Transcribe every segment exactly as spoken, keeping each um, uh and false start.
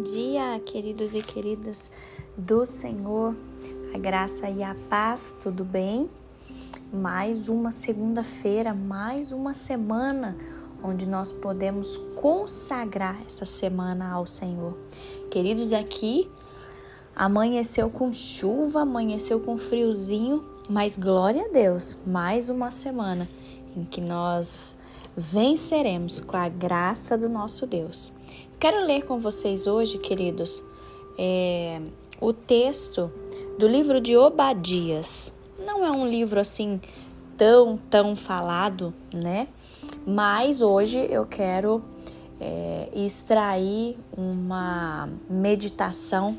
dia, queridos e queridas do Senhor, a graça e a paz, tudo bem? Mais uma segunda-feira, mais uma semana onde nós podemos consagrar essa semana ao Senhor. Queridos, aqui amanheceu com chuva, amanheceu com friozinho, mas glória a Deus, mais uma semana em que nós venceremos com a graça do nosso Deus. Quero ler com vocês hoje, queridos, é, o texto do livro de Obadias. Não é um livro assim tão, tão falado, né? Mas hoje eu quero é, extrair uma meditação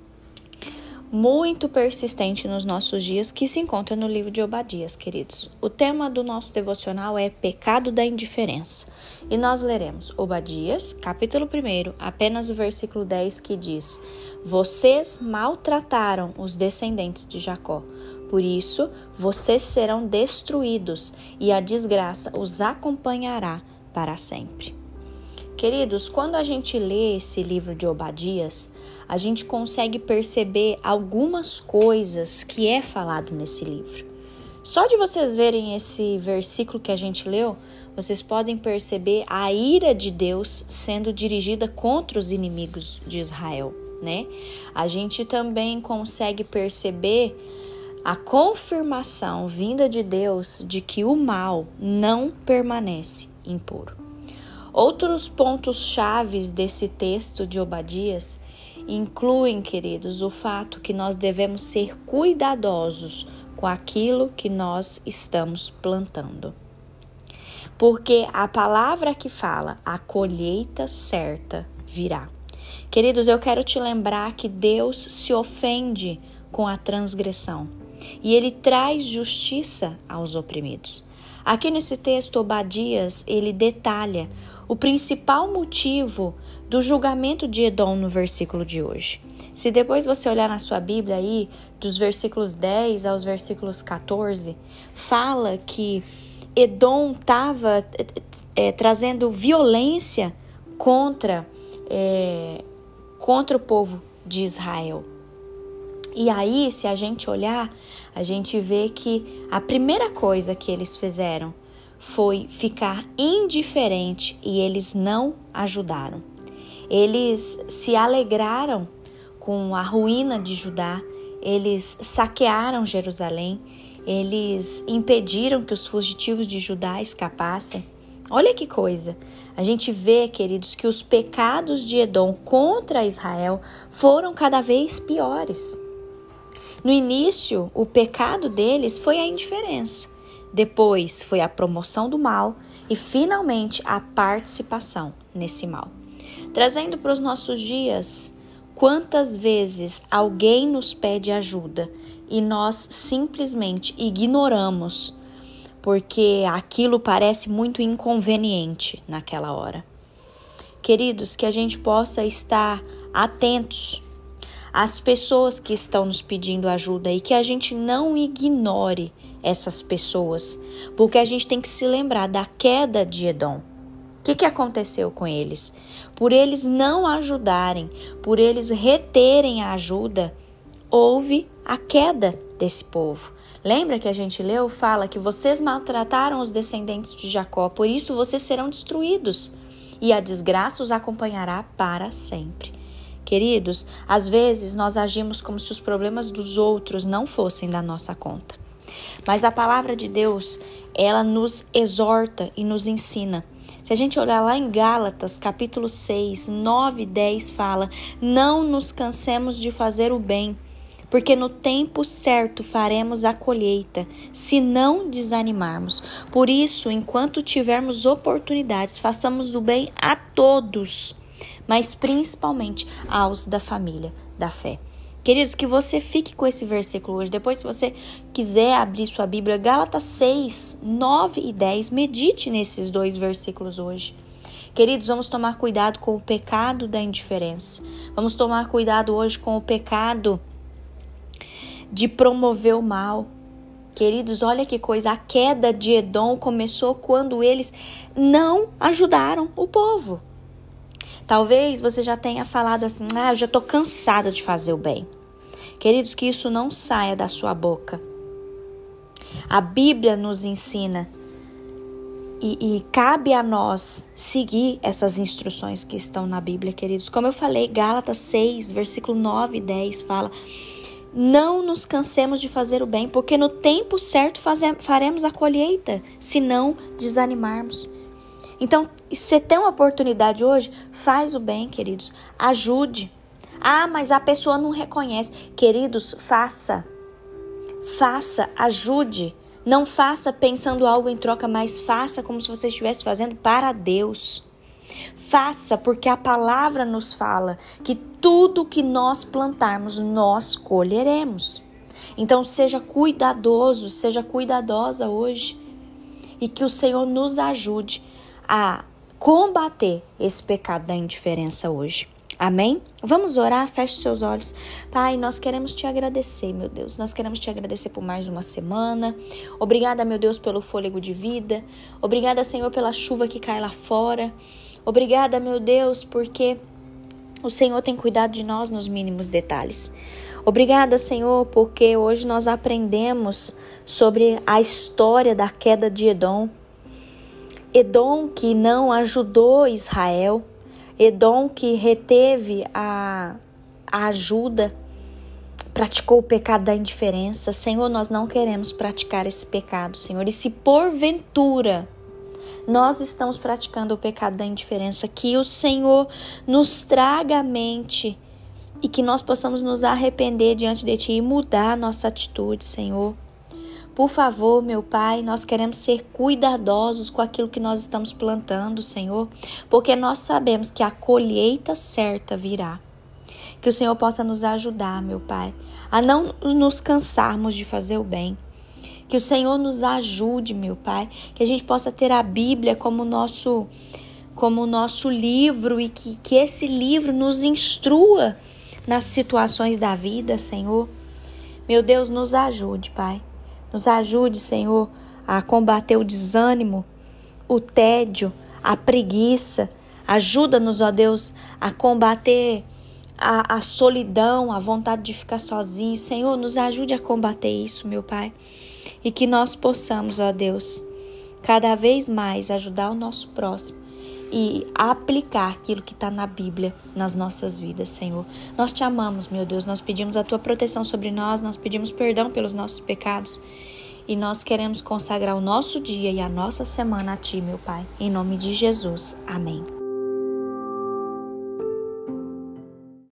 muito persistente nos nossos dias, que se encontra no livro de Obadias, queridos. O tema do nosso devocional é pecado da indiferença. E nós leremos Obadias, capítulo um, apenas o versículo dez, que diz: Vocês maltrataram os descendentes de Jacó, por isso vocês serão destruídos e a desgraça os acompanhará para sempre. Queridos, quando a gente lê esse livro de Obadias, a gente consegue perceber algumas coisas que é falado nesse livro. Só de vocês verem esse versículo que a gente leu, vocês podem perceber a ira de Deus sendo dirigida contra os inimigos de Israel, né? A gente também consegue perceber a confirmação vinda de Deus de que o mal não permanece impuro. Outros pontos chaves desse texto de Obadias incluem, queridos, o fato que nós devemos ser cuidadosos com aquilo que nós estamos plantando. Porque a palavra que fala, a colheita certa virá. Queridos, eu quero te lembrar que Deus se ofende com a transgressão e Ele traz justiça aos oprimidos. Aqui nesse texto, Obadias, ele detalha o principal motivo do julgamento de Edom no versículo de hoje. Se depois você olhar na sua Bíblia aí, dos versículos dez aos versículos catorze, fala que Edom estava é, trazendo violência contra, é, contra o povo de Israel. E aí, se a gente olhar, a gente vê que a primeira coisa que eles fizeram foi ficar indiferente e eles não ajudaram. Eles se alegraram com a ruína de Judá, eles saquearam Jerusalém, eles impediram que os fugitivos de Judá escapassem. Olha que coisa! A gente vê, queridos, que os pecados de Edom contra Israel foram cada vez piores. No início, o pecado deles foi a indiferença. Depois foi a promoção do mal e, finalmente, a participação nesse mal. Trazendo para os nossos dias, quantas vezes alguém nos pede ajuda e nós simplesmente ignoramos porque aquilo parece muito inconveniente naquela hora. Queridos, que a gente possa estar atentos às pessoas que estão nos pedindo ajuda e que a gente não ignore essas pessoas, porque a gente tem que se lembrar da queda de Edom. O que, que aconteceu com eles? Por eles não ajudarem, por eles reterem a ajuda, houve a queda desse povo. Lembra que a gente leu? Fala que vocês maltrataram os descendentes de Jacó, por isso vocês serão destruídos e a desgraça os acompanhará para sempre. Queridos, às vezes nós agimos como se os problemas dos outros não fossem da nossa conta. Mas a palavra de Deus, ela nos exorta e nos ensina. Se a gente olhar lá em Gálatas, capítulo seis, nove e dez, fala: Não nos cansemos de fazer o bem, porque no tempo certo faremos a colheita, se não desanimarmos. Por isso, enquanto tivermos oportunidades, façamos o bem a todos, mas principalmente aos da família da fé. Queridos, que você fique com esse versículo hoje. Depois, se você quiser abrir sua Bíblia, Gálatas seis, nove e dez, medite nesses dois versículos hoje. Queridos, vamos tomar cuidado com o pecado da indiferença. Vamos tomar cuidado hoje com o pecado de promover o mal. Queridos, olha que coisa, a queda de Edom começou quando eles não ajudaram o povo. Talvez você já tenha falado assim, ah, eu já estou cansada de fazer o bem. Queridos, que isso não saia da sua boca. A Bíblia nos ensina e, e cabe a nós seguir essas instruções que estão na Bíblia, queridos. Como eu falei, Gálatas seis, versículo nove e dez fala: não nos cansemos de fazer o bem, porque no tempo certo faze- faremos a colheita, se não desanimarmos. Então, se você tem uma oportunidade hoje, faz o bem, queridos. Ajude. Ah, mas a pessoa não reconhece. Queridos, faça. Faça, ajude. Não faça pensando algo em troca, mas faça como se você estivesse fazendo para Deus. Faça, porque a palavra nos fala que tudo que nós plantarmos, nós colheremos. Então, seja cuidadoso, seja cuidadosa hoje. E que o Senhor nos ajude a combater esse pecado da indiferença hoje. Amém? Vamos orar, feche seus olhos. Pai, nós queremos te agradecer, meu Deus. Nós queremos te agradecer por mais uma semana. Obrigada, meu Deus, pelo fôlego de vida. Obrigada, Senhor, pela chuva que cai lá fora. Obrigada, meu Deus, porque o Senhor tem cuidado de nós nos mínimos detalhes. Obrigada, Senhor, porque hoje nós aprendemos sobre a história da queda de Edom. Edom que não ajudou Israel, Edom que reteve a, a ajuda, praticou o pecado da indiferença. Senhor, nós não queremos praticar esse pecado, Senhor. E se porventura nós estamos praticando o pecado da indiferença, que o Senhor nos traga a mente e que nós possamos nos arrepender diante de Ti e mudar a nossa atitude, Senhor. Por favor, meu Pai, nós queremos ser cuidadosos com aquilo que nós estamos plantando, Senhor, porque nós sabemos que a colheita certa virá. Que o Senhor possa nos ajudar, meu Pai, a não nos cansarmos de fazer o bem. Que o Senhor nos ajude, meu Pai, que a gente possa ter a Bíblia como nosso, como nosso livro e que, que esse livro nos instrua nas situações da vida, Senhor. Meu Deus, nos ajude, Pai. Nos ajude, Senhor, a combater o desânimo, o tédio, a preguiça. Ajuda-nos, ó Deus, a combater a, a solidão, a vontade de ficar sozinho. Senhor, nos ajude a combater isso, meu Pai. E que nós possamos, ó Deus, cada vez mais ajudar o nosso próximo e aplicar aquilo que está na Bíblia nas nossas vidas, Senhor. Nós te amamos, meu Deus. Nós pedimos a tua proteção sobre nós, nós pedimos perdão pelos nossos pecados e nós queremos consagrar o nosso dia e a nossa semana a ti, meu Pai. Em nome de Jesus. Amém.